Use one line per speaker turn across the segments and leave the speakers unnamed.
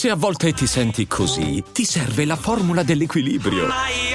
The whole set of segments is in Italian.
Se a volte ti senti così, ti serve la formula dell'equilibrio.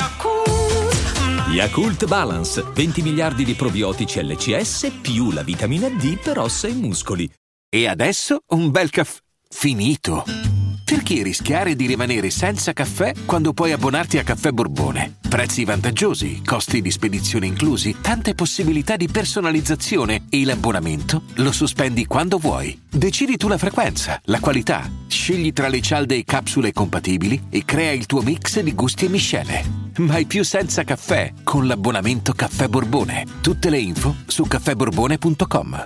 Yakult Balance, 20 miliardi di probiotici LCS più la vitamina D per ossa e muscoli.
E adesso un bel caffè finito. Perché rischiare di rimanere senza caffè quando puoi abbonarti a Caffè Borbone? Prezzi vantaggiosi, costi di spedizione inclusi, tante possibilità di personalizzazione e l'abbonamento lo sospendi quando vuoi. Decidi tu la frequenza, la qualità, scegli tra le cialde e capsule compatibili e crea il tuo mix di gusti e miscele. Mai più senza caffè con l'abbonamento Caffè Borbone. Tutte le info su caffèborbone.com.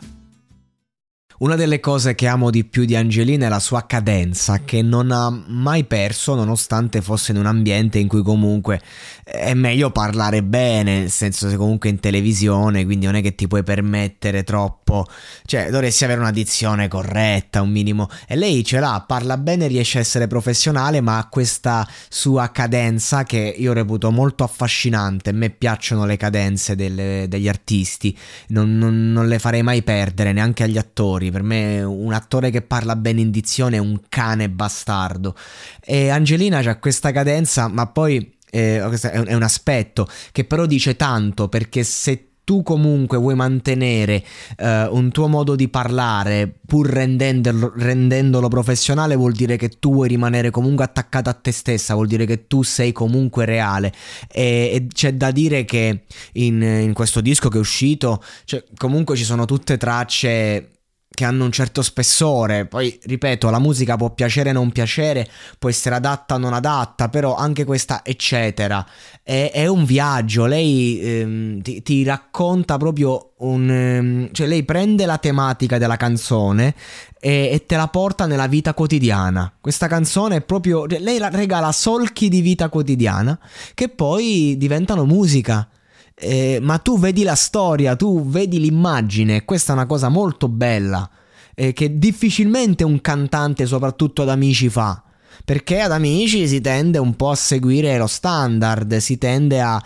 Una delle cose che amo di più di Angelina è la sua cadenza, che non ha mai perso nonostante fosse in un ambiente in cui comunque è meglio parlare bene, nel senso che comunque in televisione, quindi non è che ti puoi permettere troppo, cioè dovresti avere una dizione corretta, un minimo, e lei ce l'ha, parla bene, riesce a essere professionale, ma ha questa sua cadenza che io reputo molto affascinante. A me piacciono le cadenze degli artisti, non le farei mai perdere neanche agli attori. Per me un attore che parla bene in dizione è un cane bastardo, e Angelina c'ha questa cadenza, ma poi questo è un aspetto che però dice tanto, perché se tu comunque vuoi mantenere un tuo modo di parlare pur rendendolo professionale, vuol dire che tu vuoi rimanere comunque attaccata a te stessa, vuol dire che tu sei comunque reale, e c'è da dire che in questo disco che è uscito, cioè, comunque ci sono tutte tracce che hanno un certo spessore. Poi ripeto, la musica può piacere o non piacere, può essere adatta o non adatta, però anche questa eccetera è un viaggio. Lei ti racconta proprio cioè lei prende la tematica della canzone e te la porta nella vita quotidiana. Questa canzone è proprio, lei la regala solchi di vita quotidiana che poi diventano musica. Ma tu vedi la storia, tu vedi l'immagine. Questa è una cosa molto bella, che difficilmente un cantante, soprattutto ad Amici, fa, perché ad Amici si tende un po' a seguire lo standard, si tende a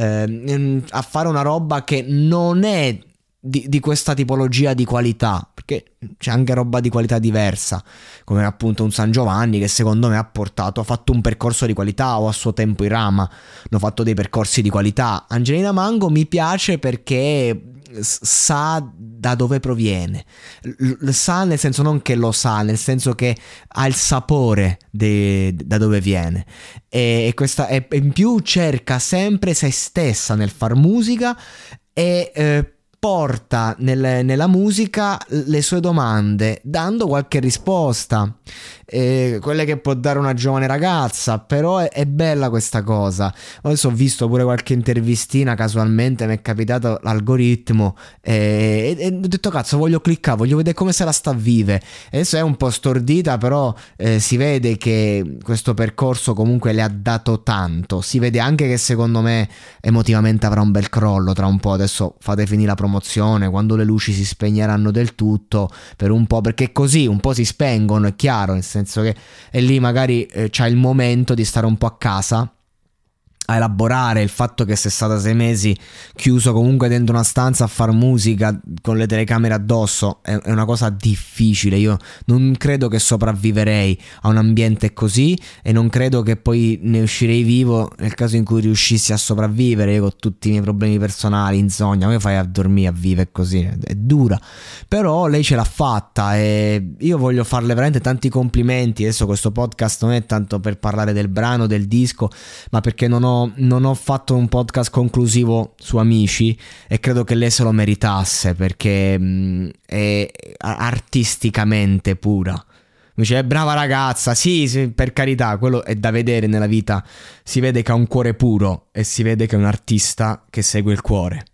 fare una roba che non è di questa tipologia di qualità, perché c'è anche roba di qualità diversa, come appunto un San Giovanni, che secondo me ha fatto un percorso di qualità, o a suo tempo i Rama hanno fatto dei percorsi di qualità. Angelina Mango mi piace perché sa da dove proviene, sa nel senso, non che lo sa, nel senso che ha il sapore da dove viene, e questa in più cerca sempre se stessa nel far musica, e porta nella musica le sue domande, dando qualche risposta, quelle che può dare una giovane ragazza. Però è bella questa cosa. Adesso ho visto pure qualche intervistina, casualmente mi è capitato l'algoritmo, e ho detto cazzo, voglio cliccare, voglio vedere come se la sta a vive. Adesso è un po' stordita, però si vede che questo percorso comunque le ha dato tanto. Si vede anche che secondo me emotivamente avrà un bel crollo tra un po'. Adesso fate finire la promozione, quando le luci si spegneranno del tutto per un po', perché così un po' si spengono, è chiaro, nel senso che è lì magari c'ha il momento di stare un po' a casa a elaborare il fatto che sei stata 6 mesi chiuso comunque dentro una stanza a far musica con le telecamere addosso. È una cosa difficile. Io non credo che sopravviverei a un ambiente così, e non credo che poi ne uscirei vivo nel caso in cui riuscissi a sopravvivere. Io con tutti i miei problemi personali, insonnia, come fai a dormire, a vivere così? È dura. Però lei ce l'ha fatta, e io voglio farle veramente tanti complimenti. Adesso questo podcast non è tanto per parlare del brano, del disco, ma perché non ho fatto un podcast conclusivo su Amici, e credo che lei se lo meritasse, perché è artisticamente pura. Dice, brava ragazza, sì, per carità, quello è da vedere nella vita. Si vede che ha un cuore puro, e si vede che è un artista che segue il cuore.